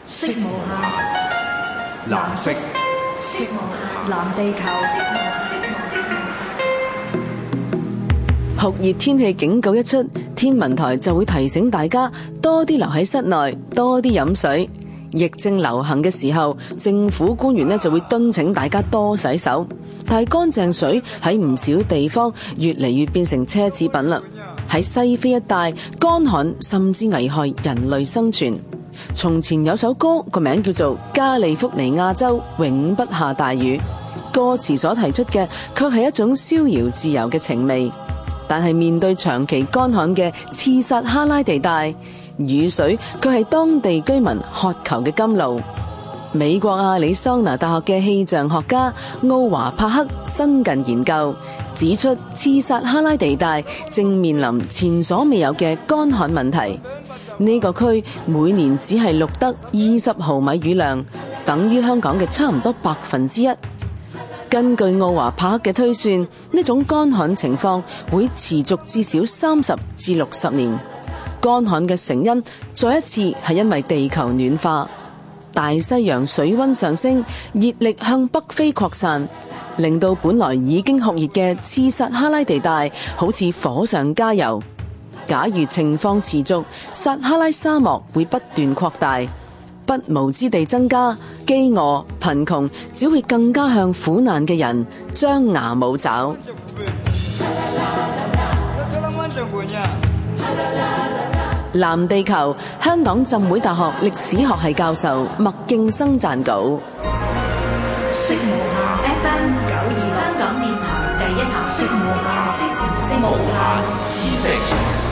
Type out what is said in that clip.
色無限，藍色，色無限，藍地球。 酷熱天氣警告一出，天文台就會提醒大家多啲留喺室內，多啲飲水。疫症流行嘅時候，政府官員就會敦請大家多洗手。但係乾淨水喺唔少地方越嚟越變成奢侈品啦。喺西非一帶，乾旱甚至危害人類生存。從前有首歌，個名叫做《加利福尼亞州永不下大雨》，歌詞所提出嘅卻係一種逍遙自由嘅情味。但係面對長期乾旱嘅次撒哈拉地帶，雨水卻係當地居民渴求嘅甘露。美國亞利桑那大學嘅氣象學家奧華帕克新近研究指出，次撒哈拉地帶正面臨前所未有嘅乾旱問題。呢個區每年只係錄得20毫米雨量，等於香港嘅差唔多1%。根據奧華帕克嘅推算，呢種乾旱情況會持續至少30至60年。乾旱嘅成因再一次係因為地球暖化，大西洋水溫上升，熱力向北非擴散，令到本來已經酷熱嘅次撒哈拉地帶好似火上加油。假如情況持續，撒哈拉沙漠會不斷擴大，不毛之地增加，飢餓、貧窮只會更加向苦難嘅人張牙舞爪。藍地球，香港浸會大學歷史學系教授麥勁生撰稿。 色無限 FM 92，香港電台第一台。色無限，色無限，知識。